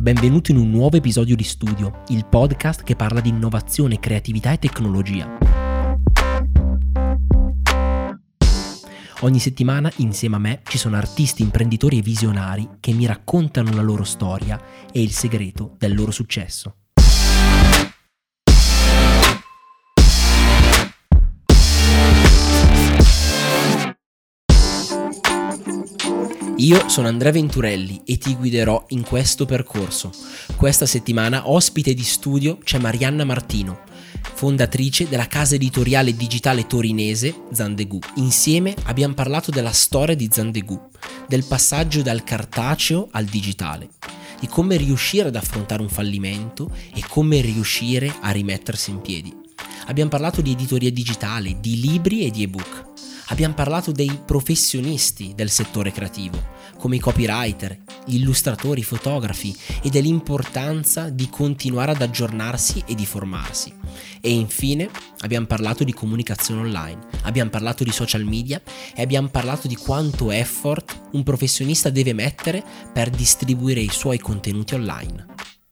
Benvenuto in un nuovo episodio di Studio, il podcast che parla di innovazione, creatività e tecnologia. Ogni settimana insieme a me ci sono artisti, imprenditori e visionari che mi raccontano la loro storia e il segreto del loro successo. Io sono Andrea Venturelli e ti guiderò in questo percorso. Questa settimana ospite di studio c'è Marianna Martino, fondatrice della casa editoriale digitale torinese Zandegù. Insieme abbiamo parlato della storia di Zandegù, del passaggio dal cartaceo al digitale, di come riuscire ad affrontare un fallimento e come riuscire a rimettersi in piedi. Abbiamo parlato di editoria digitale, di libri e di ebook. Abbiamo parlato dei professionisti del settore creativo, come i copywriter, gli illustratori, i fotografi, e dell'importanza di continuare ad aggiornarsi e di formarsi. E infine abbiamo parlato di comunicazione online, abbiamo parlato di social media e abbiamo parlato di quanto effort un professionista deve mettere per distribuire i suoi contenuti online.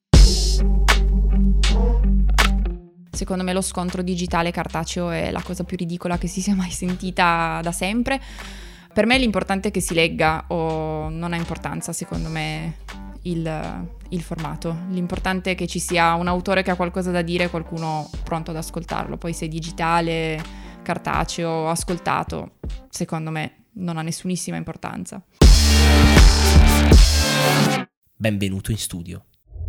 Secondo me lo scontro digitale cartaceo è la cosa più ridicola che si sia mai sentita da sempre. Per me l'importante è che si legga, o non ha importanza secondo me il formato. L'importante è che ci sia un autore che ha qualcosa da dire e qualcuno pronto ad ascoltarlo. Poi se digitale, cartaceo, ascoltato, secondo me non ha nessunissima importanza. Benvenuto in studio.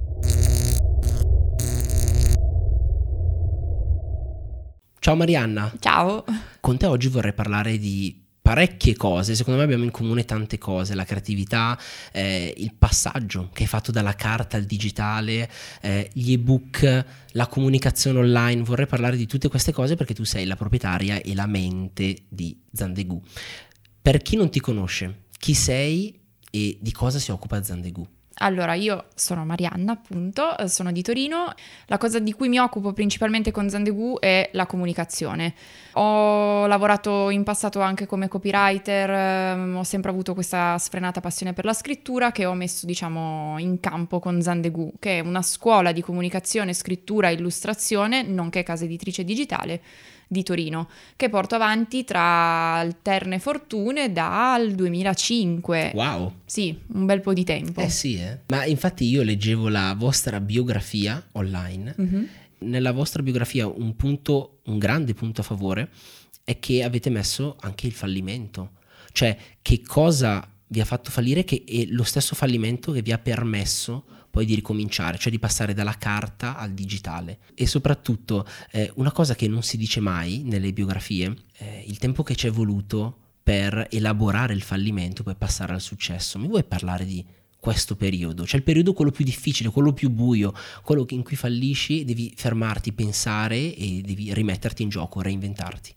Ciao Marianna. Ciao. Con te oggi vorrei parlare di parecchie cose. Secondo me abbiamo in comune tante cose: la creatività, il passaggio che hai fatto dalla carta al digitale, gli ebook, la comunicazione online. Vorrei parlare di tutte queste cose perché tu sei la proprietaria e la mente di Zandegù. Per chi non ti conosce, chi sei e di cosa si occupa Zandegù? Allora, io sono Marianna, appunto, sono di Torino. La cosa di cui mi occupo principalmente con Zandegù è la comunicazione. Ho lavorato in passato anche come copywriter, ho sempre avuto questa sfrenata passione per la scrittura che ho messo, diciamo, in campo con Zandegù, che è una scuola di comunicazione, scrittura e illustrazione, nonché casa editrice digitale di Torino, che porto avanti tra alterne fortune dal 2005. Wow! Sì, un bel po' di tempo. Sì. Ma infatti io leggevo la vostra biografia online. Mm-hmm. Nella vostra biografia un grande punto a favore è che avete messo anche il fallimento. Cioè, che cosa vi ha fatto fallire, che è lo stesso fallimento che vi ha permesso poi di ricominciare, cioè di passare dalla carta al digitale. E soprattutto una cosa che non si dice mai nelle biografie, il tempo che ci è voluto per elaborare il fallimento, poi passare al successo. Mi vuoi parlare di questo periodo? Cioè il periodo quello più difficile, quello più buio, quello in cui fallisci, devi fermarti, pensare e devi rimetterti in gioco, reinventarti.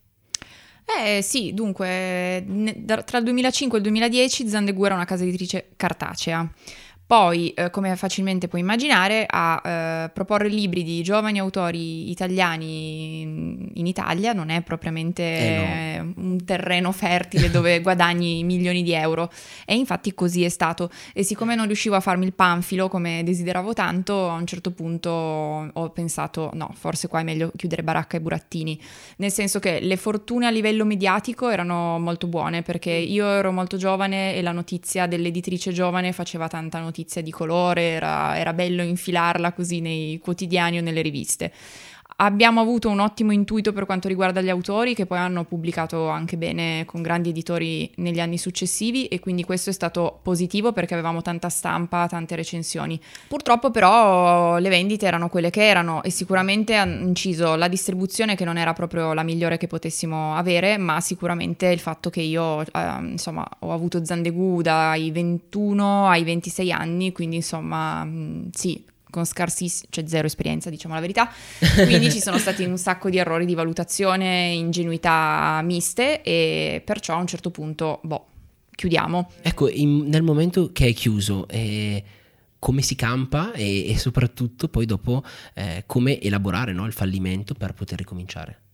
Sì, dunque tra il 2005 e il 2010 Zandegù era una casa editrice cartacea. Poi, come facilmente puoi immaginare, a proporre libri di giovani autori italiani in Italia non è propriamente un terreno fertile dove guadagni milioni di euro. E infatti così è stato. E siccome non riuscivo a farmi il panfilo come desideravo tanto, a un certo punto ho pensato no, forse qua è meglio chiudere baracca e burattini. Nel senso che le fortune a livello mediatico erano molto buone, perché io ero molto giovane e la notizia dell'editrice giovane faceva tanta notizia di colore, era bello infilarla così nei quotidiani o nelle riviste. Abbiamo avuto un ottimo intuito per quanto riguarda gli autori, che poi hanno pubblicato anche bene con grandi editori negli anni successivi, e quindi questo è stato positivo perché avevamo tanta stampa, tante recensioni. Purtroppo però le vendite erano quelle che erano, e sicuramente ha inciso la distribuzione, che non era proprio la migliore che potessimo avere, ma sicuramente il fatto che io ho avuto Zandegù dai 21 ai 26 anni, quindi sì, con zero esperienza, diciamo la verità, quindi ci sono stati un sacco di errori di valutazione, ingenuità miste, e perciò a un certo punto, chiudiamo. Ecco, nel momento che hai chiuso, come si campa e soprattutto poi dopo come elaborare, no, il fallimento per poter ricominciare?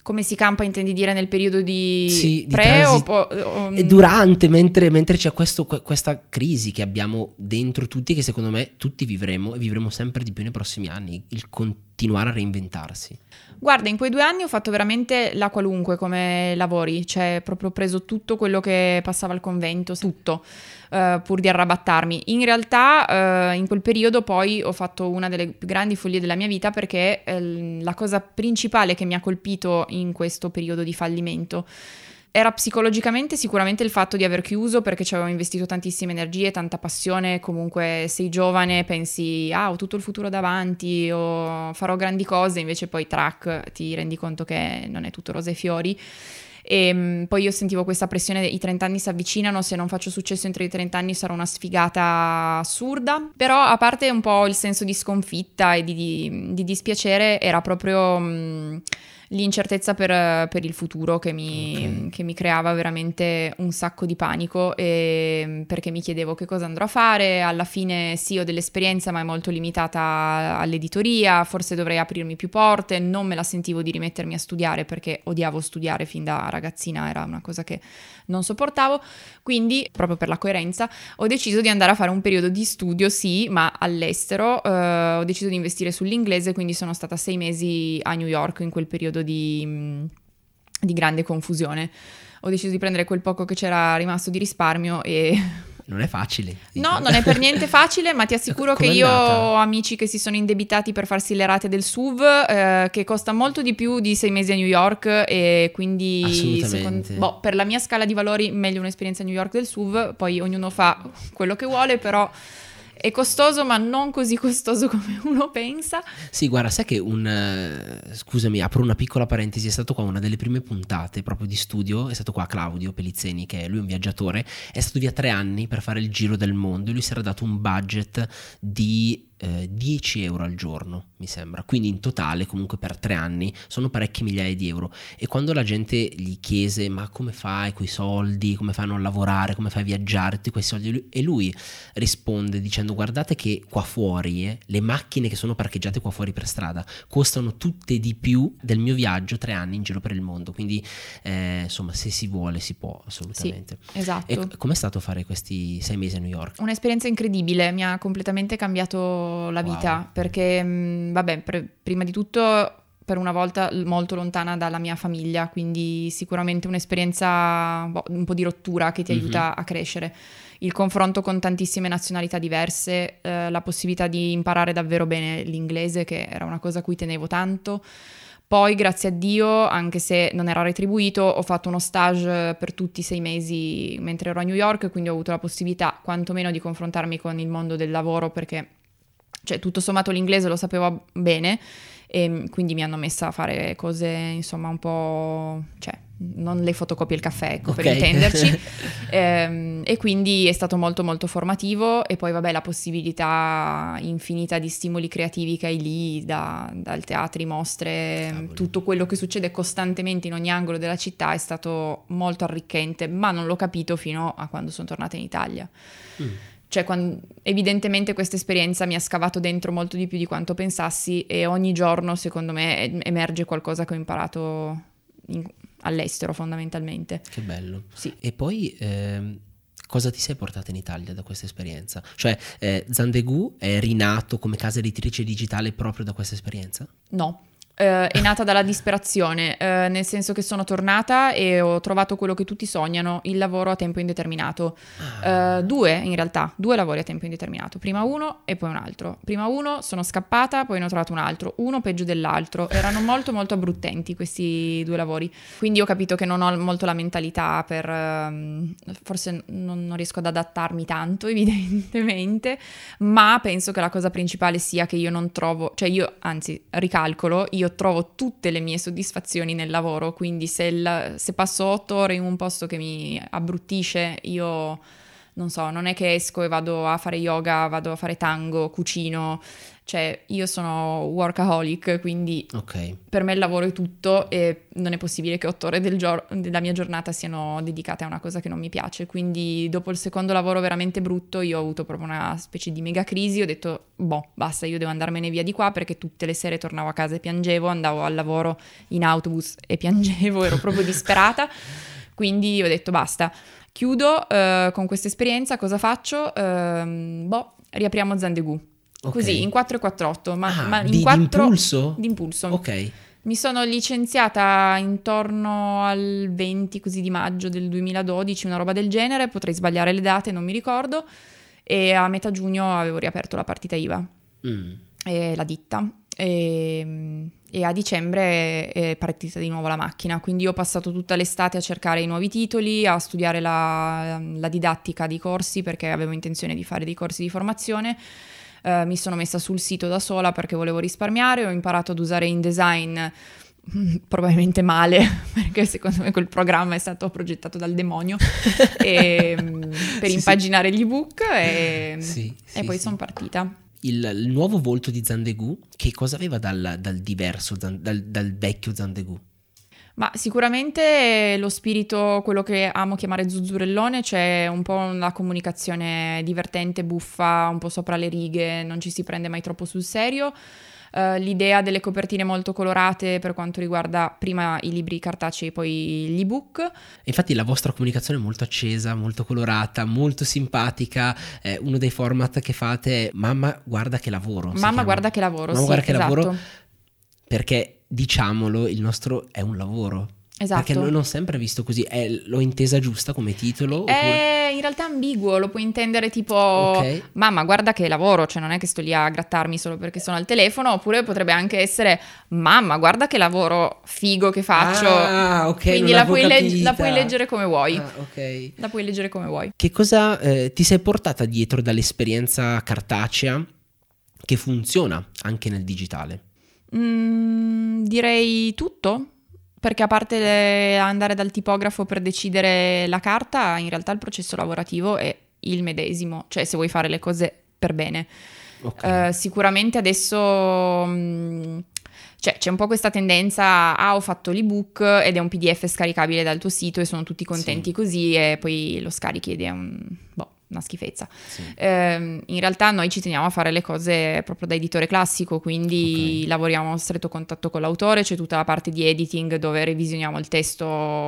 Come si campa intendi dire nel periodo di sì, pre e durante, mentre c'è questa crisi che abbiamo dentro tutti, che secondo me tutti vivremo e vivremo sempre di più nei prossimi anni, il continuare a reinventarsi. Guarda, in quei 2 anni ho fatto veramente la qualunque come lavori, cioè proprio ho preso tutto quello che passava al convento, tutto, pur di arrabattarmi. In realtà in quel periodo poi ho fatto una delle più grandi follie della mia vita, perché la cosa principale che mi ha colpito in questo periodo di fallimento era psicologicamente sicuramente il fatto di aver chiuso, perché ci avevo investito tantissime energie, tanta passione. Comunque sei giovane, pensi ho tutto il futuro davanti o farò grandi cose, invece poi track ti rendi conto che non è tutto rose e fiori. E poi io sentivo questa pressione, i 30 anni si avvicinano, se non faccio successo entro i 30 anni sarò una sfigata assurda. Però a parte un po' il senso di sconfitta e di dispiacere, era proprio l'incertezza per il futuro che mi creava veramente un sacco di panico, perché mi chiedevo che cosa andrò a fare. Alla fine sì, ho dell'esperienza, ma è molto limitata all'editoria, forse dovrei aprirmi più porte. Non me la sentivo di rimettermi a studiare, perché odiavo studiare fin da ragazzina, era una cosa che non sopportavo. Quindi, proprio per la coerenza, ho deciso di andare a fare un periodo di studio, sì, ma all'estero. Ho deciso di investire sull'inglese, quindi sono stata 6 mesi a New York in quel periodo di grande confusione. Ho deciso di prendere quel poco che c'era rimasto di risparmio e... Non è facile. No, non è per niente facile, ma ti assicuro che io ho amici che si sono indebitati per farsi le rate del SUV, che costa molto di più di 6 mesi a New York, e quindi per la mia scala di valori meglio un'esperienza a New York del SUV. Poi ognuno fa quello che vuole, però è costoso, ma non così costoso come uno pensa. Sì, guarda, sai che scusami, apro una piccola parentesi, è stato qua una delle prime puntate proprio di studio, è stato qua Claudio Pelizzeni, che lui è un viaggiatore, è stato via 3 anni per fare il giro del mondo, e lui si era dato un budget di 10 euro al giorno, mi sembra, quindi in totale comunque per 3 anni sono parecchie migliaia di euro. E quando la gente gli chiese ma come fai coi soldi, come fai a non lavorare, come fai a viaggiare, tutti quei soldi, e lui risponde dicendo guardate che qua fuori le macchine che sono parcheggiate qua fuori per strada costano tutte di più del mio viaggio 3 anni in giro per il mondo, quindi insomma se si vuole si può assolutamente. Sì, esatto. E com'è stato fare questi 6 mesi a New York? Un'esperienza incredibile, mi ha completamente cambiato la vita. Wow. Perché prima di tutto per una volta molto lontana dalla mia famiglia, quindi sicuramente un'esperienza un po' di rottura che ti aiuta a crescere. Il confronto con tantissime nazionalità diverse, la possibilità di imparare davvero bene l'inglese, che era una cosa a cui tenevo tanto. Poi, grazie a Dio, anche se non era retribuito, ho fatto uno stage per tutti i 6 mesi mentre ero a New York, quindi ho avuto la possibilità quantomeno di confrontarmi con il mondo del lavoro, perché tutto sommato l'inglese lo sapevo bene, e quindi mi hanno messa a fare cose insomma un po', non le fotocopie il caffè, ecco, okay, per intenderci. E quindi è stato molto molto formativo. E poi la possibilità infinita di stimoli creativi che hai lì, dal teatri, mostre, cavoli, tutto quello che succede costantemente in ogni angolo della città è stato molto arricchente, ma non l'ho capito fino a quando sono tornata in Italia. Evidentemente questa esperienza mi ha scavato dentro molto di più di quanto pensassi, e ogni giorno secondo me emerge qualcosa che ho imparato all'estero fondamentalmente. Che bello. Sì. E poi cosa ti sei portata in Italia da questa esperienza? Cioè Zandegù è rinato come casa editrice digitale proprio da questa esperienza? No. È nata dalla disperazione, nel senso che sono tornata e ho trovato quello che tutti sognano, il lavoro a tempo indeterminato. 2 in realtà, 2 lavori a tempo indeterminato, prima uno e poi un altro. Prima uno, sono scappata, poi ne ho trovato un altro, uno peggio dell'altro. Erano molto molto abbruttenti questi 2 lavori, quindi ho capito che non ho molto la mentalità per... forse non riesco ad adattarmi tanto evidentemente, ma penso che la cosa principale sia che io non trovo, anzi ricalcolo, io trovo tutte le mie soddisfazioni nel lavoro, quindi se passo 8 ore in un posto che mi abbruttisce, io non so, non è che esco e vado a fare yoga, vado a fare tango, cucino, cioè io sono workaholic, quindi per me il lavoro è tutto e non è possibile che 8 ore della mia giornata siano dedicate a una cosa che non mi piace. Quindi dopo il secondo lavoro veramente brutto io ho avuto proprio una specie di mega crisi, ho detto basta, io devo andarmene via di qua, perché tutte le sere tornavo a casa e piangevo, andavo al lavoro in autobus e piangevo, ero proprio disperata, quindi ho detto basta, chiudo con questa esperienza, cosa faccio? Riapriamo Zandegù. Così, in 448, ma in 4... d'impulso? D'impulso. Ok. Mi sono licenziata intorno al 20 così di maggio del 2012, una roba del genere, potrei sbagliare le date, non mi ricordo, e a metà giugno avevo riaperto la partita IVA, e la ditta, e a dicembre è partita di nuovo la macchina, quindi ho passato tutta l'estate a cercare i nuovi titoli, a studiare la didattica di corsi, perché avevo intenzione di fare dei corsi di formazione. Mi sono messa sul sito da sola perché volevo risparmiare, ho imparato ad usare InDesign probabilmente male, perché secondo me quel programma è stato progettato dal demonio per impaginare gli ebook e poi sono partita. Il nuovo volto di Zandegù, che cosa aveva dal diverso, dal vecchio Zandegù? Ma sicuramente lo spirito, quello che amo chiamare zuzzurellone, c'è un po' una comunicazione divertente, buffa, un po' sopra le righe, non ci si prende mai troppo sul serio. L'idea delle copertine molto colorate per quanto riguarda prima i libri cartacei e poi gli ebook. Infatti la vostra comunicazione è molto accesa, molto colorata, molto simpatica. Uno dei format che fate è Mamma guarda che lavoro. Mamma guarda che lavoro, Mamma guarda che esatto. lavoro, perché diciamolo, il nostro è un lavoro. Esatto. Perché non sempre visto così. L'ho intesa giusta come titolo? È in realtà ambiguo, lo puoi intendere tipo mamma guarda che lavoro, cioè non è che sto lì a grattarmi solo perché sono al telefono, oppure potrebbe anche essere mamma guarda che lavoro figo che faccio. Quindi la puoi leggere come vuoi. La puoi leggere come vuoi. Che cosa ti sei portata dietro dall'esperienza cartacea che funziona anche nel digitale? Direi tutto. Perché a parte andare dal tipografo per decidere la carta, in realtà il processo lavorativo è il medesimo, cioè se vuoi fare le cose per bene. Sicuramente adesso c'è un po' questa tendenza ho fatto l'ebook ed è un PDF scaricabile dal tuo sito e sono tutti contenti così, e poi lo scarichi ed è una schifezza. In realtà noi ci teniamo a fare le cose proprio da editore classico, quindi lavoriamo a stretto contatto con l'autore, c'è tutta la parte di editing dove revisioniamo il testo,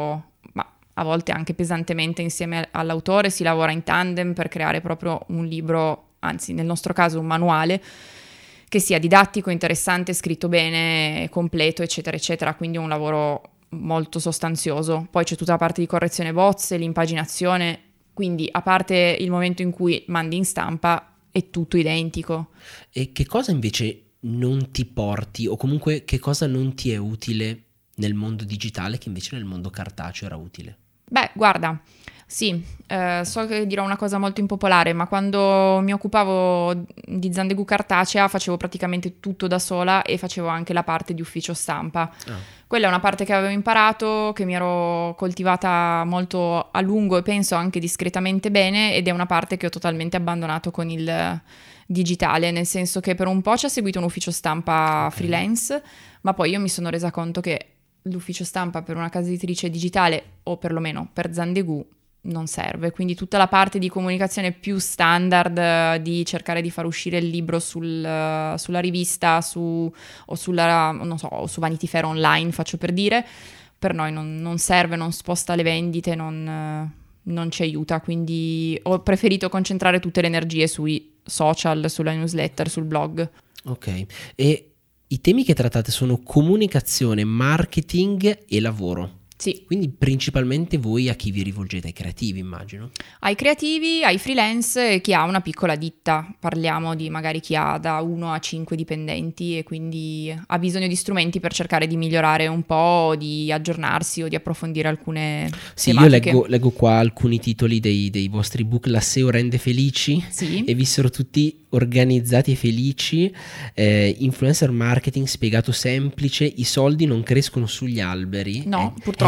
ma a volte anche pesantemente insieme all'autore, si lavora in tandem per creare proprio un libro, anzi nel nostro caso un manuale, che sia didattico, interessante, scritto bene, completo, eccetera, eccetera, quindi è un lavoro molto sostanzioso. Poi c'è tutta la parte di correzione bozze, l'impaginazione. Quindi, a parte il momento in cui mandi in stampa, è tutto identico. E che cosa invece non ti porti, o comunque che cosa non ti è utile nel mondo digitale che invece nel mondo cartaceo era utile? Beh, guarda, sì, so che dirò una cosa molto impopolare, ma quando mi occupavo di Zandegù cartacea facevo praticamente tutto da sola e facevo anche la parte di ufficio stampa. Quella è una parte che avevo imparato, che mi ero coltivata molto a lungo e penso anche discretamente bene, ed è una parte che ho totalmente abbandonato con il digitale, nel senso che per un po' ci ha seguito un ufficio stampa freelance, ma poi io mi sono resa conto che l'ufficio stampa per una casa editrice digitale, o perlomeno per Zandegù, non serve, quindi tutta la parte di comunicazione più standard, di cercare di far uscire il libro sulla rivista o sulla, non so, o su Vanity Fair online, faccio per dire, per noi non serve, non sposta le vendite, non ci aiuta, quindi ho preferito concentrare tutte le energie sui social, sulla newsletter, sul blog. Ok, e i temi che trattate sono comunicazione, marketing e lavoro. Sì. Quindi principalmente voi a chi vi rivolgete? Ai creativi, immagino? Ai creativi, ai freelance e chi ha una piccola ditta. Parliamo di magari chi ha da 1 a 5 dipendenti e quindi ha bisogno di strumenti per cercare di migliorare un po', di aggiornarsi o di approfondire alcune tematiche. Io leggo qua alcuni titoli dei vostri book. La SEO rende felici, e vissero tutti organizzati e felici, influencer marketing spiegato semplice, i soldi non crescono sugli alberi. No, purtroppo.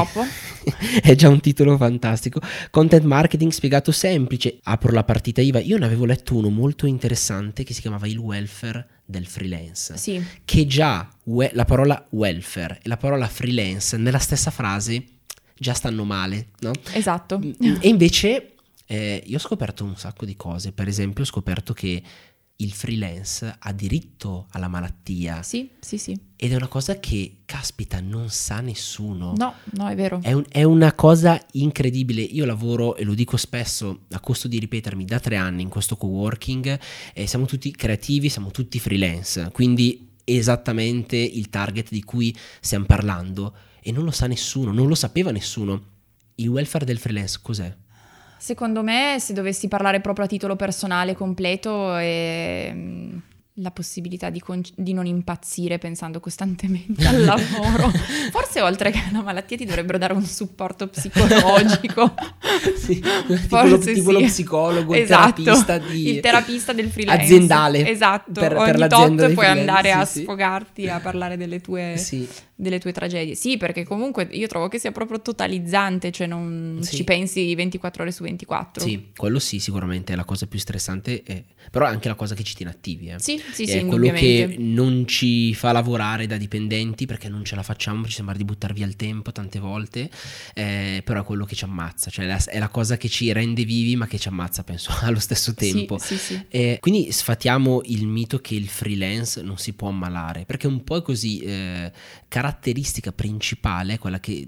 troppo. È già un titolo fantastico. Content marketing spiegato semplice. Apro la partita IVA. Io ne avevo letto uno molto interessante che si chiamava il welfare del freelance. Sì. Che già la parola welfare e la parola freelance nella stessa frase già stanno male, no? Esatto. E invece io ho scoperto un sacco di cose. Per esempio ho scoperto che il freelance ha diritto alla malattia. Sì. Ed è una cosa che, caspita, non sa nessuno. No, è vero. È una cosa incredibile. Io lavoro, e lo dico spesso, a costo di ripetermi, da 3 anni in questo coworking, siamo tutti creativi, siamo tutti freelance, quindi esattamente il target di cui stiamo parlando, e non lo sa nessuno, non lo sapeva nessuno. Il welfare del freelance cos'è? Secondo me, se dovessi parlare proprio a titolo personale completo, è la possibilità di non impazzire pensando costantemente al lavoro. Forse oltre che alla malattia ti dovrebbero dare un supporto psicologico. Sì, Forse tipo lo psicologo, esatto. Il terapista del freelance aziendale. Esatto, per ogni l'azienda tot puoi freelance, andare a sì. sfogarti, a parlare delle tue tragedie. Sì, perché comunque io trovo che sia proprio totalizzante, cioè non ci pensi 24 ore su 24. Sì, quello sì, sicuramente è la cosa più stressante, però è anche la cosa che ci tiene attivi. Sì, è quello che non ci fa lavorare da dipendenti, perché non ce la facciamo, ci sembra di buttar via il tempo tante volte, però è quello che ci ammazza, cioè è la cosa che ci rende vivi ma che ci ammazza, penso, allo stesso tempo. Sì. Quindi sfatiamo il mito che il freelance non si può ammalare, perché un po' è così. Caratteristica principale, quella che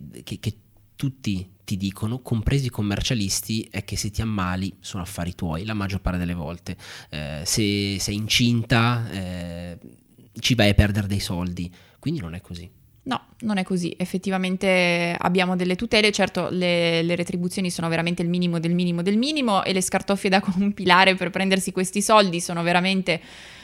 tutti ti dicono, compresi i commercialisti, è che se ti ammali sono affari tuoi la maggior parte delle volte. Se sei incinta ci vai a perdere dei soldi, quindi non è così. No, non è così. Effettivamente abbiamo delle tutele, certo le retribuzioni sono veramente il minimo del minimo del minimo, e le scartoffie da compilare per prendersi questi soldi sono veramente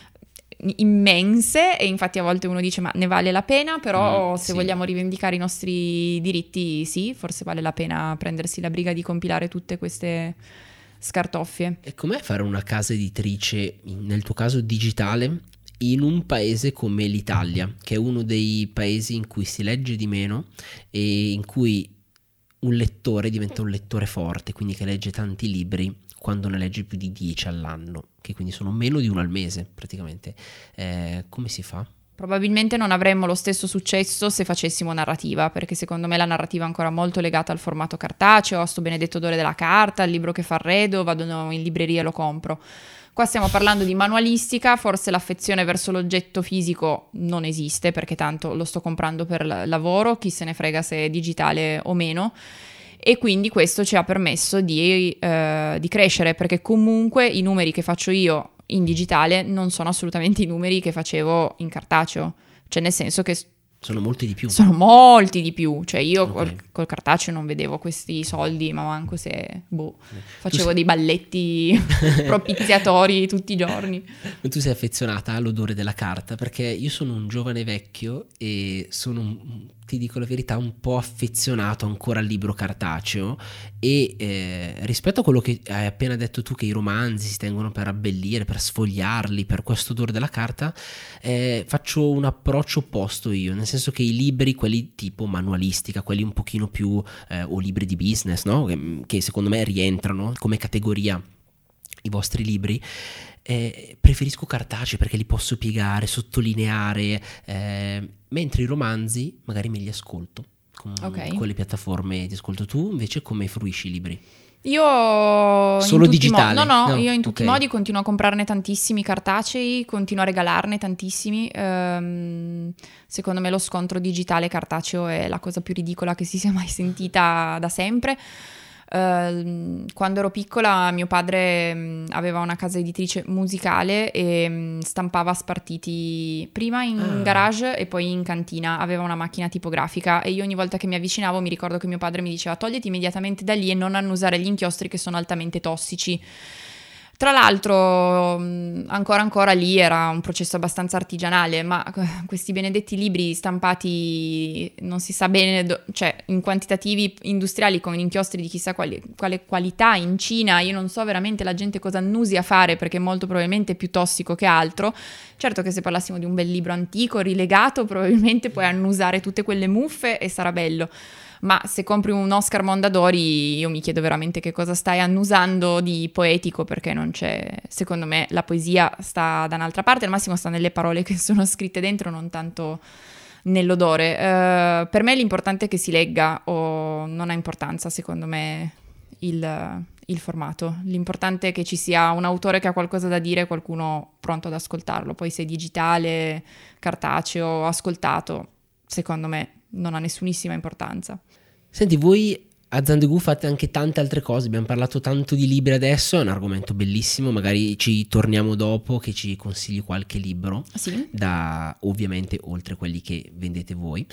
immense, e infatti a volte uno dice ma ne vale la pena, però se vogliamo rivendicare i nostri diritti, sì, forse vale la pena prendersi la briga di compilare tutte queste scartoffie. E com'è fare una casa editrice, nel tuo caso digitale, in un paese come l'Italia, che è uno dei paesi in cui si legge di meno e in cui un lettore diventa un lettore forte, quindi che legge tanti libri quando ne legge più di 10 all'anno, che quindi sono meno di uno al mese praticamente. Come si fa? Probabilmente non avremmo lo stesso successo se facessimo narrativa, perché secondo me la narrativa è ancora molto legata al formato cartaceo, a sto benedetto odore della carta, al libro che fa arredo, vado in libreria e lo compro. Qua stiamo parlando di manualistica, forse l'affezione verso l'oggetto fisico non esiste, perché tanto lo sto comprando per lavoro, chi se ne frega se è digitale o meno. E quindi questo ci ha permesso di crescere, perché comunque i numeri che faccio io in digitale non sono assolutamente i numeri che facevo in cartaceo, cioè nel senso che sono molti di più. Sono molti di più, cioè io Okay. col cartaceo non vedevo questi soldi, ma manco se facevo dei balletti propiziatori tutti i giorni. Tu sei affezionata all'odore della carta, perché io sono un giovane vecchio e ti dico la verità, un po' affezionato ancora al libro cartaceo, e rispetto a quello che hai appena detto tu, che i romanzi si tengono per abbellire, per sfogliarli, per questo odore della carta, faccio un approccio opposto io, nel senso che i libri, quelli tipo manualistica, quelli un pochino più o libri di business, no? Che secondo me rientrano come categoria i vostri libri, preferisco cartacei perché li posso piegare, sottolineare, mentre i romanzi magari me li ascolto con le piattaforme di ascolto. Tu invece come fruisci i libri? Io solo digitale? Io in tutti i modi continuo a comprarne tantissimi cartacei, continuo a regalarne tantissimi. Secondo me lo scontro digitale cartaceo è la cosa più ridicola che si sia mai sentita da sempre. Quando ero piccola mio padre aveva una casa editrice musicale e stampava spartiti prima in garage e poi in cantina, aveva una macchina tipografica, e io ogni volta che mi avvicinavo mi ricordo che mio padre mi diceva: toglieti immediatamente da lì e non annusare gli inchiostri che sono altamente tossici. Tra l'altro ancora lì era un processo abbastanza artigianale, ma questi benedetti libri stampati non si sa bene, cioè in quantitativi industriali con inchiostri di chissà quale qualità in Cina, io non so veramente la gente cosa annusi a fare, perché molto probabilmente è più tossico che altro. Certo che se parlassimo di un bel libro antico, rilegato, probabilmente puoi annusare tutte quelle muffe e sarà bello. ma se compri un Oscar Mondadori io mi chiedo veramente che cosa stai annusando di poetico, perché non c'è, secondo me la poesia sta da un'altra parte, al massimo sta nelle parole che sono scritte dentro, non tanto nell'odore. Per me l'importante è che si legga, o non ha importanza secondo me il formato. L'importante è che ci sia un autore che ha qualcosa da dire e qualcuno pronto ad ascoltarlo. Poi se digitale, cartaceo, ascoltato, secondo me non ha nessunissima importanza. Senti, voi a Zandegù fate anche tante altre cose, abbiamo parlato tanto di libri adesso, è un argomento bellissimo, magari ci torniamo dopo che ci consigli qualche libro, Sì. da ovviamente oltre quelli che vendete voi.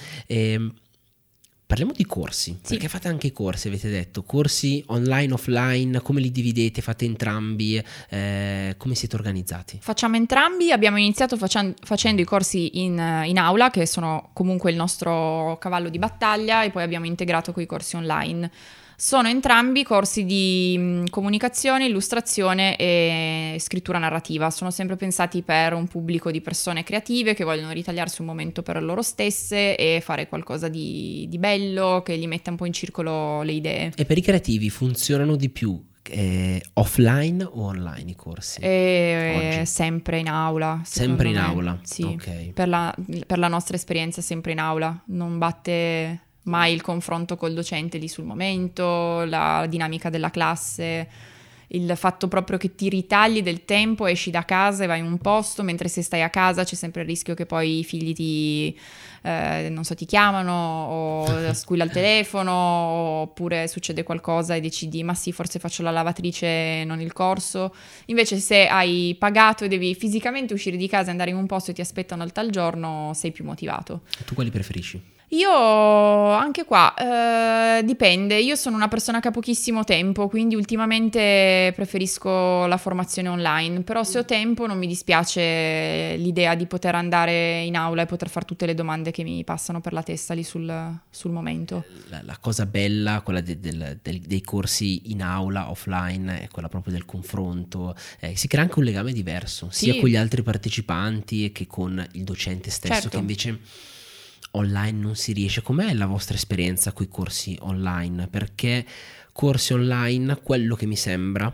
Parliamo di corsi, Sì. perché fate anche corsi, avete detto, corsi online, offline, come li dividete, fate entrambi, come siete organizzati? Facciamo entrambi, abbiamo iniziato facendo i corsi in aula, che sono comunque il nostro cavallo di battaglia, e poi abbiamo integrato con i corsi online. Sono entrambi corsi di comunicazione, illustrazione e scrittura narrativa. Sono sempre pensati per un pubblico di persone creative che vogliono ritagliarsi un momento per loro stesse e fare qualcosa di bello, che gli metta un po' in circolo le idee. E per i creativi funzionano di più offline o online i corsi? Sempre in aula. Sempre in me. aula? Sì, Ok. per la nostra esperienza sempre in aula. Non batte mai il confronto col docente lì sul momento, la dinamica della classe, il fatto proprio che ti ritagli del tempo, esci da casa e vai in un posto, mentre se stai a casa c'è sempre il rischio che poi i figli ti chiamano o squilla il telefono, oppure succede qualcosa e decidi ma sì, forse faccio la lavatrice, non il corso. Invece se hai pagato e devi fisicamente uscire di casa e andare in un posto e ti aspettano al tal giorno, sei più motivato. Tu quali preferisci? Io anche qua dipende, io sono una persona che ha pochissimo tempo, quindi ultimamente preferisco la formazione online, però se ho tempo non mi dispiace l'idea di poter andare in aula e poter fare tutte le domande che mi passano per la testa lì sul momento. La cosa bella, quella dei corsi in aula, offline, è quella proprio del confronto, si crea anche un legame diverso, sia Sì. con gli altri partecipanti che con il docente stesso, Certo. che invece online non si riesce. Com'è la vostra esperienza con i corsi online? Perché corsi online, quello che mi sembra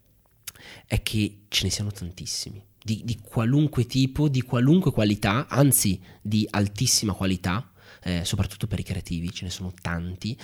è che ce ne siano tantissimi, di qualunque tipo, di qualunque qualità, anzi di altissima qualità, soprattutto per i creativi, ce ne sono tanti.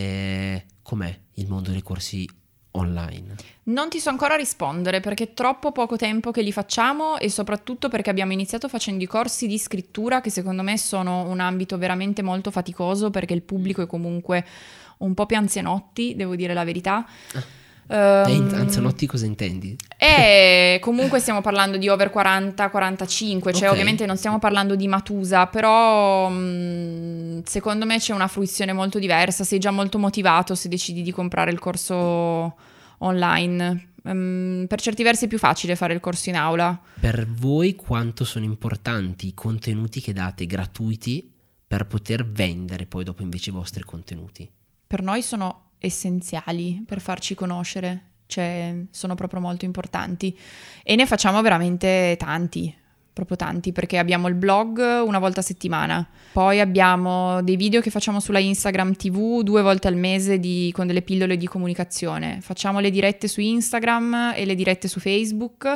Com'è il mondo dei corsi online? Non ti so ancora rispondere perché è troppo poco tempo che li facciamo, e soprattutto perché abbiamo iniziato facendo i corsi di scrittura, che secondo me sono un ambito veramente molto faticoso, perché il pubblico è comunque un po' più anzianotti, devo dire la verità. Anzianotti cosa intendi? Comunque stiamo parlando di over 40-45, cioè Ok. ovviamente non stiamo parlando di Matusa, però secondo me c'è una fruizione molto diversa, sei già molto motivato se decidi di comprare il corso online. Per certi versi è più facile fare il corso in aula. Per voi quanto sono importanti i contenuti che date gratuiti per poter vendere poi dopo invece i vostri contenuti? Per noi sono essenziali per farci conoscere, cioè sono proprio molto importanti, e ne facciamo veramente tanti, proprio tanti, perché abbiamo il blog una volta a settimana, poi abbiamo dei video che facciamo sulla Instagram TV 2 volte al mese con delle pillole di comunicazione, facciamo le dirette su Instagram e le dirette su Facebook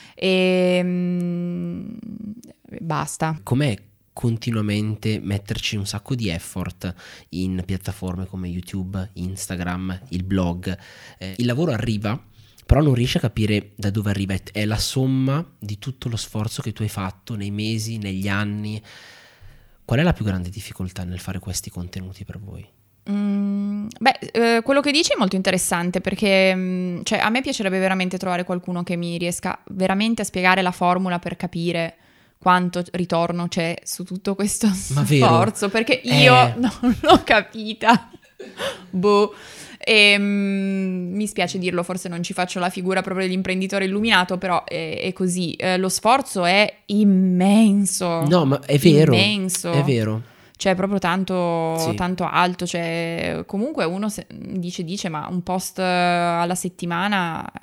e basta. Com'è continuamente metterci un sacco di effort in piattaforme come YouTube, Instagram, il blog? Il lavoro arriva, però non riesci a capire da dove arriva. È la somma di tutto lo sforzo che tu hai fatto nei mesi, negli anni. Qual è la più grande difficoltà nel fare questi contenuti per voi? Quello che dici è molto interessante, perché cioè, a me piacerebbe veramente trovare qualcuno che mi riesca veramente a spiegare la formula per capire quanto ritorno c'è su tutto questo sforzo, perché io non l'ho capita. Boh. E, mi spiace dirlo, forse non ci faccio la figura proprio dell'imprenditore illuminato, però è così. Lo sforzo è immenso. No, ma è vero. Immenso. È vero. Cioè proprio tanto, Sì. tanto alto, cioè comunque uno dice ma un post alla settimana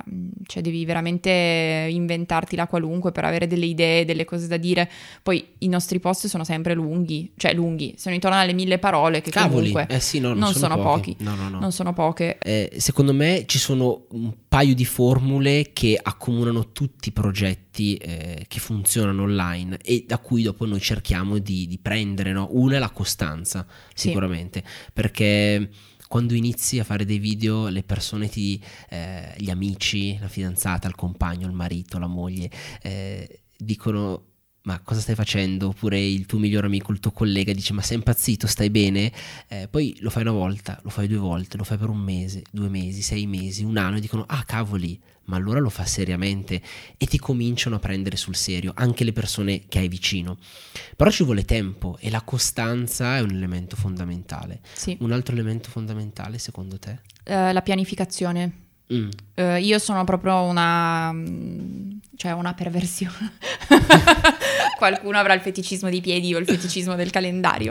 cioè devi veramente inventarti la qualunque per avere delle idee, delle cose da dire. Poi i nostri post sono sempre lunghi, sono intorno alle 1000 parole che Cavoli, comunque sì, no, non sono pochi. No. Non sono poche. Secondo me ci sono un paio di formule che accomunano tutti i progetti che funzionano online e da cui dopo noi cerchiamo di prendere, no? Una è la costanza, sicuramente, perché quando inizi a fare dei video le persone gli amici, la fidanzata, il compagno, il marito, la moglie dicono: ma cosa stai facendo? Oppure il tuo migliore amico, il tuo collega dice: ma sei impazzito, stai bene? Poi lo fai una volta, lo fai 2 volte, lo fai per 1 mese, 2 mesi, 6 mesi, 1 anno e dicono: ah cavoli, ma allora lo fa seriamente, e ti cominciano a prendere sul serio anche le persone che hai vicino. Però ci vuole tempo e la costanza è un elemento fondamentale. Sì. Un altro elemento fondamentale secondo te? La pianificazione. Io sono proprio una perversione. Qualcuno avrà il feticismo dei piedi o il feticismo del calendario.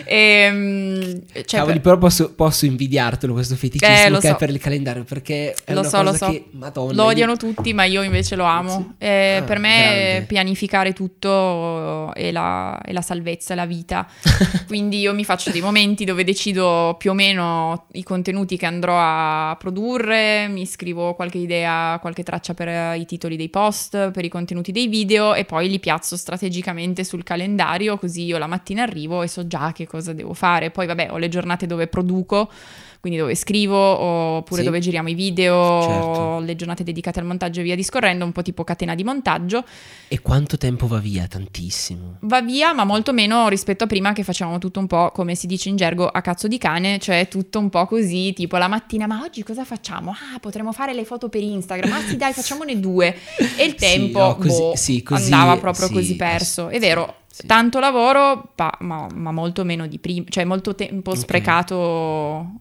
Cavoli, però posso invidiartelo questo feticismo che so. è per il calendario, perché è lo una so, cosa lo so. che Madonna, lo odiano tutti, ma io invece lo amo. Sì. Per me grande. pianificare tutto è la salvezza, è la vita. Quindi io mi faccio dei momenti dove decido più o meno i contenuti che andrò a produrre, mi scrivo qualche idea, qualche traccia per i titoli dei post, per i contenuti dei video, e poi li piazzo strategicamente sul calendario, così io la mattina arrivo e so già che cosa devo fare. Poi vabbè, ho le giornate dove produco, quindi dove scrivo, oppure dove giriamo i video, certo. le giornate dedicate al montaggio e via discorrendo, un po' tipo catena di montaggio. E quanto tempo va via? Tantissimo. Va via, ma molto meno rispetto a prima, che facevamo tutto un po', come si dice in gergo, a cazzo di cane, cioè tutto un po' così, tipo la mattina: ma oggi cosa facciamo? Ah, potremmo fare le foto per Instagram, ah sì dai, facciamone 2. E il tempo così, andava proprio così perso. È vero. Sì. Tanto lavoro, ma molto meno di prima, cioè molto tempo sprecato.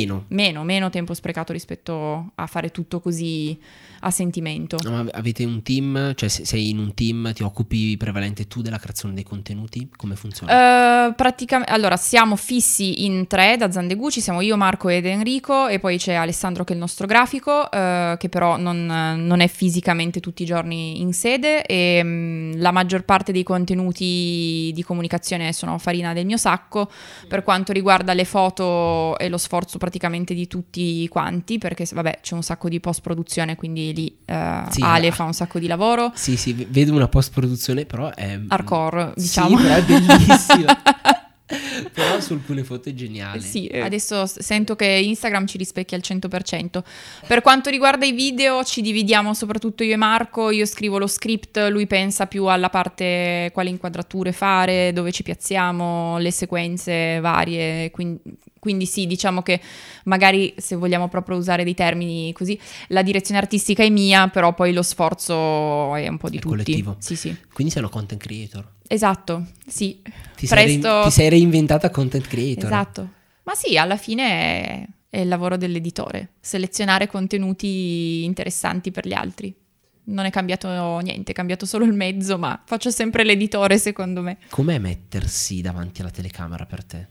Meno tempo sprecato rispetto a fare tutto così a sentimento. Ma avete un team? Cioè sei in un team, ti occupi prevalente tu della creazione dei contenuti? Come funziona? Praticamente, allora, siamo fissi in 3 da Zandegucci, siamo io, Marco ed Enrico, e poi c'è Alessandro che è il nostro grafico, che però non è fisicamente tutti i giorni in sede, e la maggior parte dei contenuti di comunicazione sono farina del mio sacco. Per quanto riguarda le foto è lo sforzo praticamente di tutti quanti, perché vabbè, c'è un sacco di post produzione, quindi lì Ale fa un sacco di lavoro. Sì, vedo una post produzione, però è hardcore, diciamo. Sì, però è bellissima. Però su alcune foto è geniale. Sì, adesso sento che Instagram ci rispecchia al 100%. Per quanto riguarda i video ci dividiamo soprattutto io e Marco. Io scrivo lo script, lui pensa più alla parte quali inquadrature fare, dove ci piazziamo, le sequenze varie, quindi sì, diciamo che magari, se vogliamo proprio usare dei termini così, la direzione artistica è mia, però poi lo sforzo è un po' di tutti. Collettivo. Sì. Quindi sei una content creator. Esatto, sì. Ti sei reinventata content creator. Esatto. Ma sì, alla fine è il lavoro dell'editore, selezionare contenuti interessanti per gli altri. Non è cambiato niente, è cambiato solo il mezzo, ma faccio sempre l'editore, secondo me. Com'è mettersi davanti alla telecamera per te?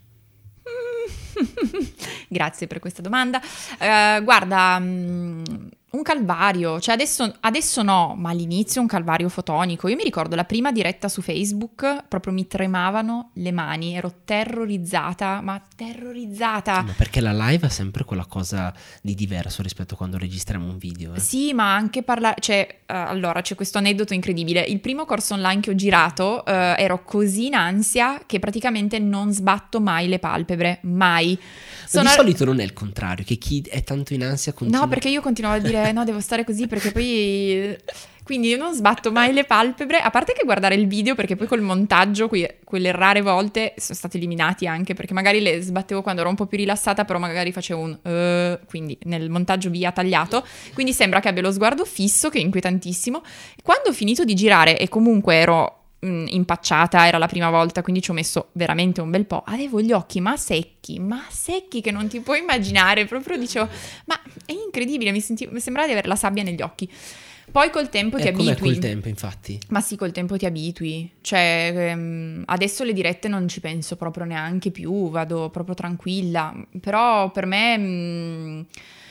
Grazie per questa domanda. Guarda, un calvario, cioè adesso no, ma all'inizio un calvario fotonico. Io mi ricordo la prima diretta su Facebook, proprio mi tremavano le mani, ero terrorizzata. Ma perché la live ha sempre quella cosa di diverso rispetto a quando registriamo un video. Sì, ma anche parlare, cioè, allora c'è questo aneddoto incredibile. Il primo corso online che ho girato, ero così in ansia che praticamente non sbatto mai le palpebre, mai. Ma di solito non è il contrario, che chi è tanto in ansia continua. No, perché io continuavo a dire no, devo stare così, perché poi... Quindi io non sbatto mai le palpebre, a parte che guardare il video, perché poi col montaggio quelle rare volte sono state eliminati anche, perché magari le sbattevo quando ero un po' più rilassata, però magari facevo un quindi nel montaggio via tagliato, quindi sembra che abbia lo sguardo fisso, che è inquietantissimo. Quando ho finito di girare e comunque ero impacciata, era la prima volta, quindi ci ho messo veramente un bel po', avevo gli occhi ma secchi che non ti puoi immaginare, proprio dicevo, ma è incredibile, mi sembrava di avere la sabbia negli occhi. Poi col tempo ti abitui. Com'è col tempo, infatti? Ma sì, col tempo ti abitui. Cioè, adesso le dirette non ci penso proprio neanche più, vado proprio tranquilla. Però per me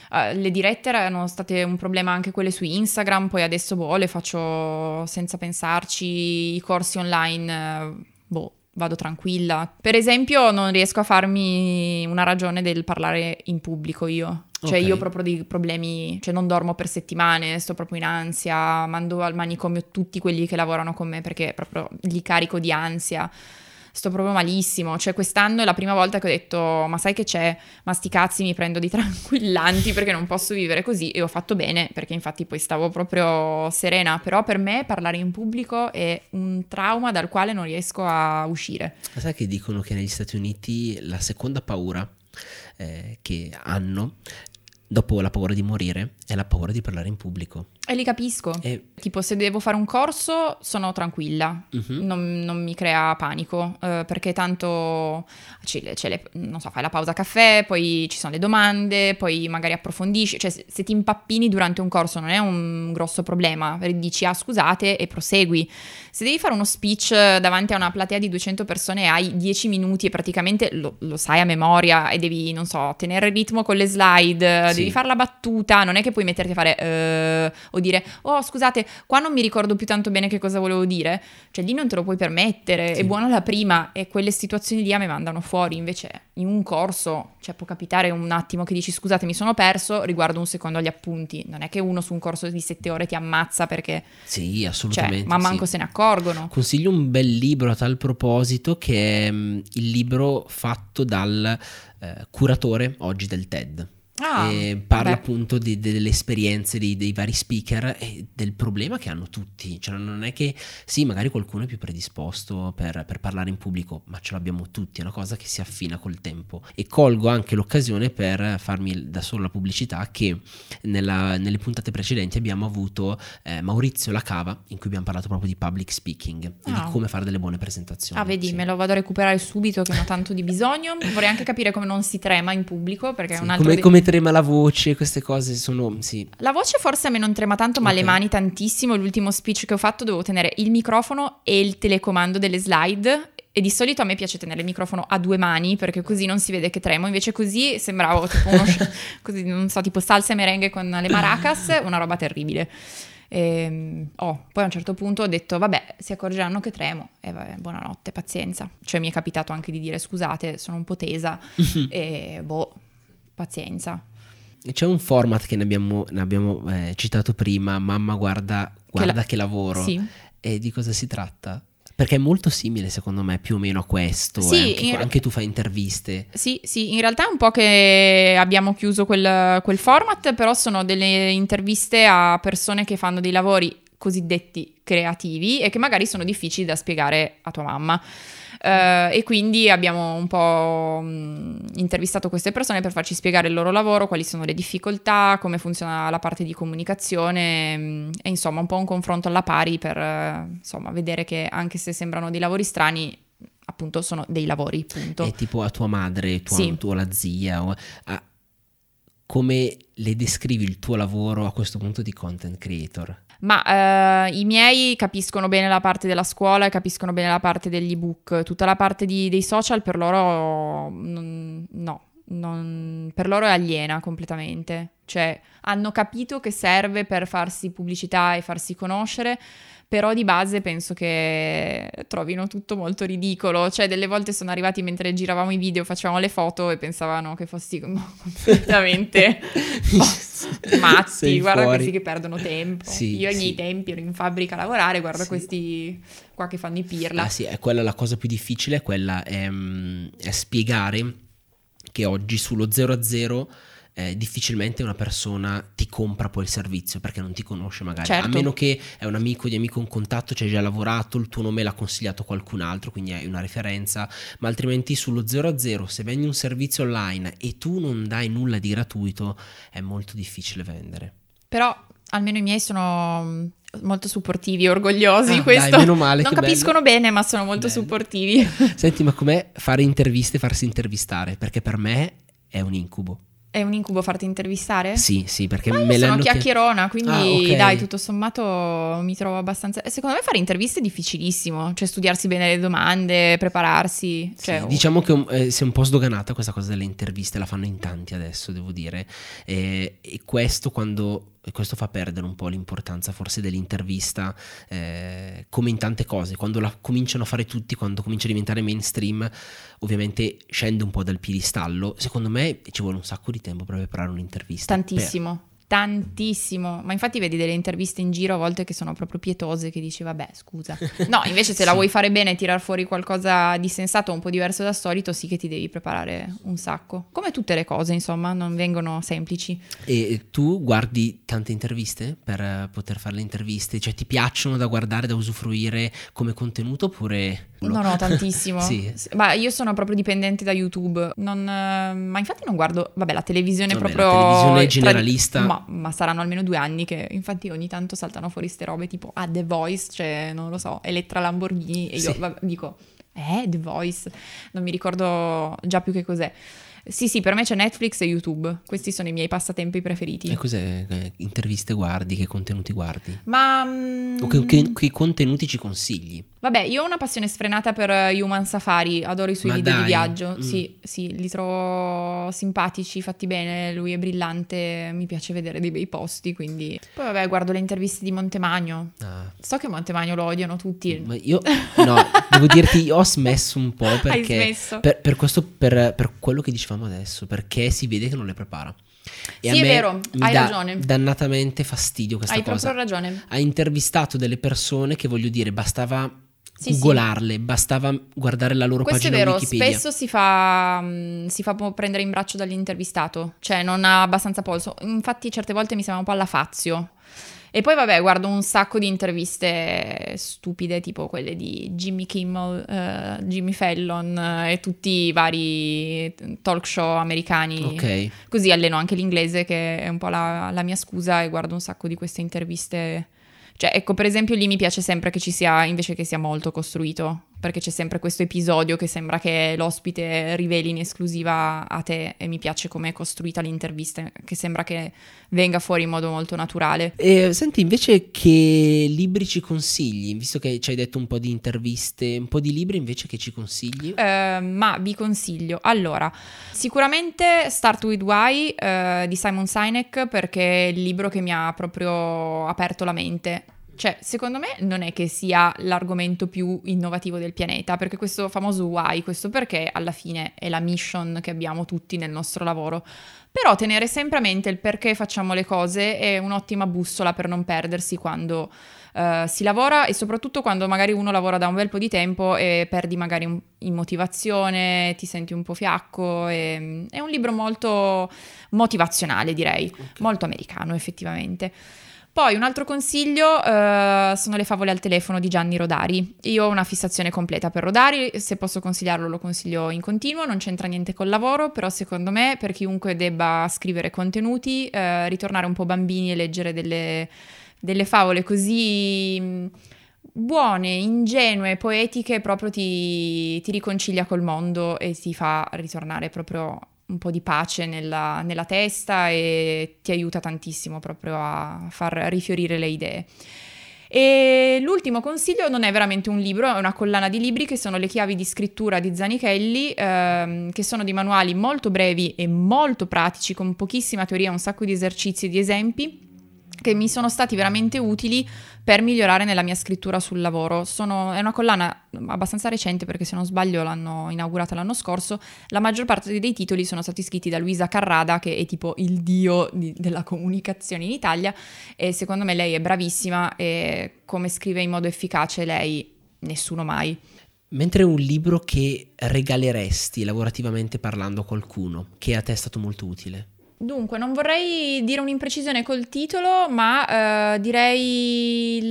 Le dirette erano state un problema anche quelle su Instagram, poi adesso le faccio senza pensarci, i corsi online, vado tranquilla. Per esempio non riesco a farmi una ragione del parlare in pubblico io. Cioè io ho proprio dei problemi, cioè non dormo per settimane, sto proprio in ansia, mando al manicomio tutti quelli che lavorano con me perché proprio li carico di ansia. Sto proprio malissimo, cioè quest'anno è la prima volta che ho detto ma sai che c'è, ma sti cazzi mi prendo dei tranquillanti perché non posso vivere così, e ho fatto bene perché infatti poi stavo proprio serena, però per me parlare in pubblico è un trauma dal quale non riesco a uscire. Sai che dicono che negli Stati Uniti la seconda paura che hanno dopo la paura di morire è la paura di parlare in pubblico. E li capisco. Tipo se devo fare un corso sono tranquilla, non mi crea panico, perché tanto non so, fai la pausa caffè, poi ci sono le domande, poi magari approfondisci, cioè se ti impappini durante un corso non è un grosso problema, dici scusate e prosegui. Se devi fare uno speech davanti a una platea di 200 persone e hai 10 minuti e praticamente lo sai a memoria e devi, non so, tenere il ritmo con le slide, devi fare la battuta, non è che puoi metterti a fare o dire scusate, qua non mi ricordo più tanto bene che cosa volevo dire, cioè lì non te lo puoi permettere, è buona la prima, e quelle situazioni lì a me mandano fuori. Invece in un corso, cioè può capitare un attimo che dici scusate mi sono perso, riguardo un secondo agli appunti, non è che uno su un corso di 7 ore ti ammazza perché assolutamente, ma manco se ne accorgono. Consiglio un bel libro a tal proposito, che è il libro fatto dal curatore oggi del TED. E parla appunto delle esperienze dei vari speaker e del problema che hanno tutti, cioè non è che magari qualcuno è più predisposto per parlare in pubblico, ma ce l'abbiamo tutti, è una cosa che si affina col tempo. E colgo anche l'occasione per farmi da solo la pubblicità che nelle puntate precedenti abbiamo avuto Maurizio Lacava, in cui abbiamo parlato proprio di public speaking e di come fare delle buone presentazioni. Vedi, me lo vado a recuperare subito che ne ho tanto di bisogno. Vorrei anche capire come non si trema in pubblico, perché è un altro come trema la voce, queste cose sono La voce forse a me non trema tanto, ma le mani tantissimo. L'ultimo speech che ho fatto dovevo tenere il microfono e il telecomando delle slide, e di solito a me piace tenere il microfono a 2 mani perché così non si vede che tremo, invece così sembravo tipo così, non so, tipo salsa e merengue con le maracas, una roba terribile. Poi a un certo punto ho detto vabbè, si accorgeranno che tremo e vabbè, buonanotte, pazienza. Cioè mi è capitato anche di dire scusate, sono un po' tesa e pazienza. C'è un format che ne abbiamo citato prima, Mamma guarda che lavoro. E di cosa si tratta? Perché è molto simile secondo me più o meno a questo. Anche tu fai interviste. Sì, in realtà è un po' che abbiamo chiuso quel format, però sono delle interviste a persone che fanno dei lavori cosiddetti creativi e che magari sono difficili da spiegare a tua mamma. E quindi abbiamo un po' intervistato queste persone per farci spiegare il loro lavoro, quali sono le difficoltà, come funziona la parte di comunicazione, e insomma un po' un confronto alla pari per vedere che anche se sembrano dei lavori strani, appunto sono dei lavori, punto. È tipo a tua madre, la zia, come le descrivi il tuo lavoro a questo punto di content creator? Ma i miei capiscono bene la parte della scuola e capiscono bene la parte degli ebook. Tutta la parte dei social per loro per loro è aliena completamente. Cioè hanno capito che serve per farsi pubblicità e farsi conoscere, però di base penso che trovino tutto molto ridicolo. Cioè delle volte sono arrivati mentre giravamo i video, facevamo le foto e pensavano che fossi completamente matti. Guarda fuori. Questi che perdono tempo. Io ai miei tempi ero in fabbrica a lavorare, guarda questi qua che fanno i pirla. È quella la cosa più difficile, è quella è spiegare che oggi sullo 0 a 0 difficilmente una persona ti compra poi il servizio perché non ti conosce magari, a meno che è un amico di amico in contatto, ci hai già lavorato, il tuo nome l'ha consigliato qualcun altro, quindi hai una referenza, ma altrimenti sullo 0 a 0 se vendi un servizio online e tu non dai nulla di gratuito è molto difficile vendere. Però almeno i miei sono molto supportivi e orgogliosi, questo dai, meno male, non capiscono bene ma sono molto supportivi. Senti, ma com'è fare interviste e farsi intervistare? Perché per me è un incubo. È un incubo farti intervistare? Sì, perché Ma me io sono l'hanno chiacchierona, quindi ok. dai, tutto sommato mi trovo abbastanza... Secondo me fare interviste è difficilissimo, cioè studiarsi bene le domande, prepararsi, cioè... Sì, diciamo che si è un po' sdoganata questa cosa delle interviste, la fanno in tanti adesso, devo dire, e questo fa perdere un po' l'importanza forse dell'intervista, come in tante cose, quando la cominciano a fare tutti, quando comincia a diventare mainstream, ovviamente scende un po' dal piedistallo. Secondo me ci vuole un sacco di tempo per preparare un'intervista. Tantissimo, ma infatti vedi delle interviste in giro a volte che sono proprio pietose, che dici vabbè scusa, no invece se la vuoi fare bene e tirar fuori qualcosa di sensato, un po' diverso dal solito, sì che ti devi preparare un sacco, come tutte le cose insomma, non vengono semplici. E tu guardi tante interviste per poter fare le interviste? Cioè ti piacciono da guardare, da usufruire come contenuto oppure... No, tantissimo. Sì. Ma io sono proprio dipendente da YouTube. Ma infatti non guardo, vabbè, la televisione Vabbè, proprio... la televisione generalista. Ma saranno almeno 2 anni che infatti ogni tanto saltano fuori ste robe tipo The Voice, cioè non lo so, Elettra Lamborghini, e io vabbè, dico, The Voice, non mi ricordo già più che cos'è. Sì, per me c'è Netflix e YouTube, questi sono i miei passatempi preferiti. E cos'è? Interviste guardi? Che contenuti guardi? Ma... O che contenuti ci consigli? Vabbè, io ho una passione sfrenata per Human Safari, adoro i suoi video di viaggio, sì, li trovo simpatici, fatti bene, lui è brillante, mi piace vedere dei bei posti, quindi... Poi vabbè, guardo le interviste di Montemagno, so che Montemagno lo odiano tutti. Ma io, no, devo dirti, io ho smesso un po' perché... Hai smesso? Per questo, per quello che dicevamo adesso, perché si vede che non le prepara. E sì, a me è vero, hai ragione. Dannatamente fastidio questa cosa. Hai proprio ragione. Ha intervistato delle persone che, voglio dire, bastava googlarle, bastava guardare la loro questo pagina Questo Wikipedia. è vero, spesso si fa prendere in braccio dall'intervistato, cioè non ha abbastanza polso. Infatti certe volte mi sembra un po' alla Fazio. E poi vabbè, guardo un sacco di interviste stupide, tipo quelle di Jimmy Kimmel, Jimmy Fallon e tutti i vari talk show americani. Ok. Così alleno anche l'inglese, che è un po' la mia scusa, e guardo un sacco di queste interviste. Cioè, ecco, per esempio lì mi piace sempre che ci sia, invece che sia molto costruito, perché c'è sempre questo episodio che sembra che l'ospite riveli in esclusiva a te, e mi piace come è costruita l'intervista, che sembra che venga fuori in modo molto naturale. E senti, invece che libri ci consigli? Visto che ci hai detto un po' di interviste, un po' di libri invece che ci consigli? Ma vi consiglio, allora, sicuramente Start With Why di Simon Sinek, perché è il libro che mi ha proprio aperto la mente. Cioè, secondo me non è che sia l'argomento più innovativo del pianeta, perché questo famoso why, questo perché alla fine è la mission che abbiamo tutti nel nostro lavoro. Però tenere sempre a mente il perché facciamo le cose è un'ottima bussola per non perdersi quando si lavora, e soprattutto quando magari uno lavora da un bel po' di tempo e perdi magari in motivazione, ti senti un po' fiacco. È un libro molto motivazionale, direi, molto americano effettivamente. Poi un altro consiglio sono Le favole al telefono di Gianni Rodari. Io ho una fissazione completa per Rodari, se posso consigliarlo lo consiglio in continuo, non c'entra niente col lavoro, però secondo me per chiunque debba scrivere contenuti, ritornare un po' bambini e leggere delle favole così buone, ingenue, poetiche, proprio ti riconcilia col mondo e ti fa ritornare proprio un po' di pace nella testa, e ti aiuta tantissimo proprio a far rifiorire le idee. E l'ultimo consiglio non è veramente un libro, è una collana di libri, che sono Le chiavi di scrittura di Zanichelli, che sono di manuali molto brevi e molto pratici, con pochissima teoria, un sacco di esercizi e di esempi, che mi sono stati veramente utili per migliorare nella mia scrittura sul lavoro. È una collana abbastanza recente, perché se non sbaglio l'hanno inaugurata l'anno scorso. La maggior parte dei titoli sono stati scritti da Luisa Carrada, che è tipo il dio della comunicazione in Italia, e secondo me lei è bravissima, e come scrive in modo efficace lei, nessuno mai. Mentre un libro che regaleresti lavorativamente parlando a qualcuno, che a te è stato molto utile? Dunque, non vorrei dire un'imprecisione col titolo, ma direi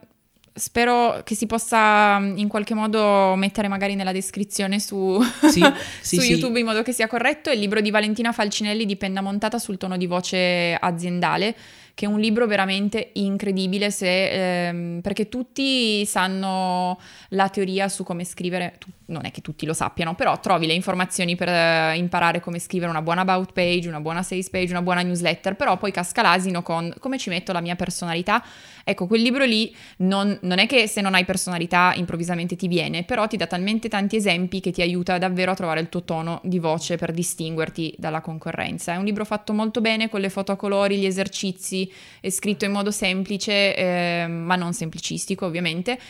spero che si possa in qualche modo mettere magari nella descrizione su YouTube, in modo che sia corretto. È il libro di Valentina Falcinelli di Penna Montata sul tono di voce aziendale, che è un libro veramente incredibile, perché tutti sanno la teoria su come scrivere, non è che tutti lo sappiano, però trovi le informazioni per imparare come scrivere una buona about page, una buona sales page, una buona newsletter, però poi casca l'asino con come ci metto la mia personalità. Ecco, quel libro lì non è che se non hai personalità improvvisamente ti viene, però ti dà talmente tanti esempi che ti aiuta davvero a trovare il tuo tono di voce per distinguerti dalla concorrenza. È un libro fatto molto bene, con le foto a colori, gli esercizi, è scritto in modo semplice, ma non semplicistico ovviamente.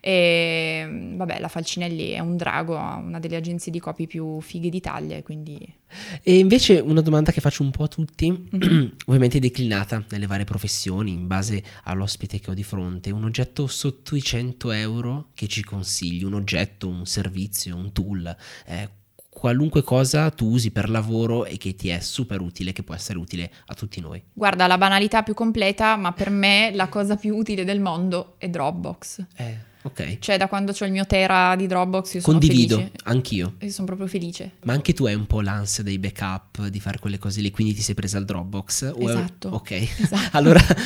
E vabbè, la Falcinelli è un drago, ha una delle agenzie di copy più fighe d'Italia, quindi... E invece una domanda che faccio un po' a tutti, ovviamente declinata nelle varie professioni in base all'ospite che ho di fronte: un oggetto sotto i 100 euro che ci consigli, un oggetto, un servizio, un tool, qualunque cosa tu usi per lavoro e che ti è super utile, che può essere utile a tutti noi. Guarda, la banalità più completa, ma per me la cosa più utile del mondo è Dropbox. Ok. Cioè, da quando ho il mio tera di Dropbox io sono Condivido, felice. anch'io. Io sono proprio felice. Ma anche tu hai un po' l'ansia dei backup, di fare quelle cose lì, quindi ti sei presa il Dropbox? Esatto. Ok. Esatto.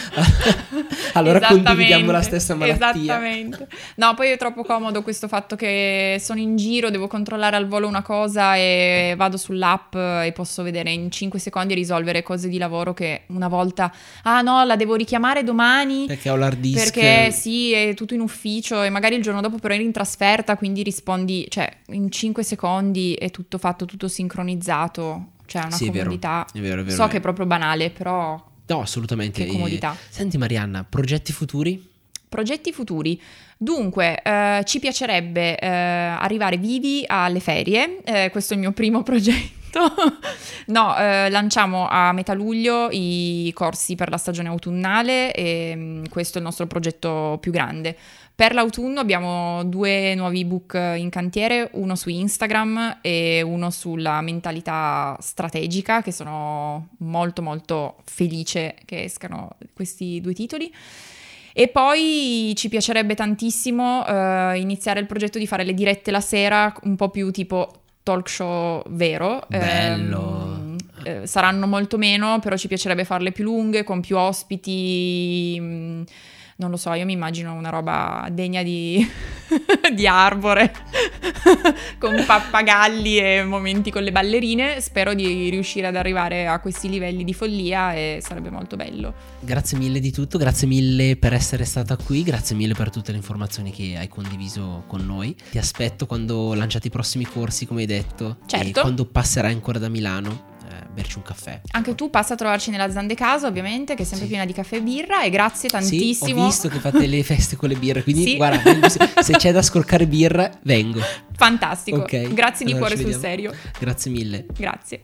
allora condividiamo la stessa malattia. Esattamente. No, poi è troppo comodo questo fatto che sono in giro, devo controllare al volo una cosa e vado sull'app e posso vedere in 5 secondi e risolvere cose di lavoro che una volta... Ah no, la devo richiamare domani. Perché ho l'hard disk. Perché sì, è tutto in ufficio e magari il giorno dopo però eri in trasferta, quindi rispondi, cioè in 5 secondi è tutto fatto, tutto sincronizzato, cioè una comodità. È vero. So che è proprio banale, però... No, assolutamente. Che comodità. Senti Marianna, progetti futuri? Progetti futuri. Dunque, ci piacerebbe arrivare vivi alle ferie, questo è il mio primo progetto. No, lanciamo a metà luglio i corsi per la stagione autunnale e questo è il nostro progetto più grande. Per l'autunno abbiamo 2 nuovi ebook in cantiere, uno su Instagram e uno sulla mentalità strategica, che sono molto molto felice che escano questi 2 titoli. E poi ci piacerebbe tantissimo iniziare il progetto di fare le dirette la sera, un po' più tipo talk show vero. Bello. Saranno molto meno, però ci piacerebbe farle più lunghe, con più ospiti. Non lo so, io mi immagino una roba degna di Arbore, con pappagalli e momenti con le ballerine. Spero di riuscire ad arrivare a questi livelli di follia e sarebbe molto bello. Grazie mille di tutto, grazie mille per essere stata qui, grazie mille per tutte le informazioni che hai condiviso con noi. Ti aspetto quando lanciate i prossimi corsi, come hai detto. Certo. E quando passerai ancora da Milano. Berci un caffè. Anche tu passa a trovarci nella Zande Casa, ovviamente, che è sempre piena di caffè e birra, e grazie tantissimo. Sì, ho visto che fate le feste con le birre, quindi sì. Guarda, se c'è da scorcare birra, vengo. Fantastico, Okay. Grazie di Allora, cuore sul serio. Grazie mille. Grazie.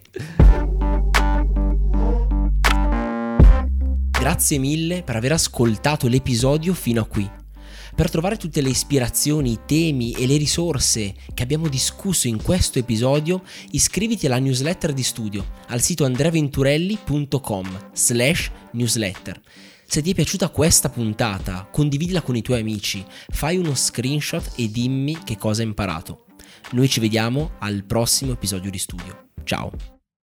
Grazie mille per aver ascoltato l'episodio fino a qui. Per trovare tutte le ispirazioni, i temi e le risorse che abbiamo discusso in questo episodio, iscriviti alla newsletter di studio al sito andreaventurelli.com/newsletter. Se ti è piaciuta questa puntata, condividila con i tuoi amici, fai uno screenshot e dimmi che cosa hai imparato. Noi ci vediamo al prossimo episodio di studio. Ciao!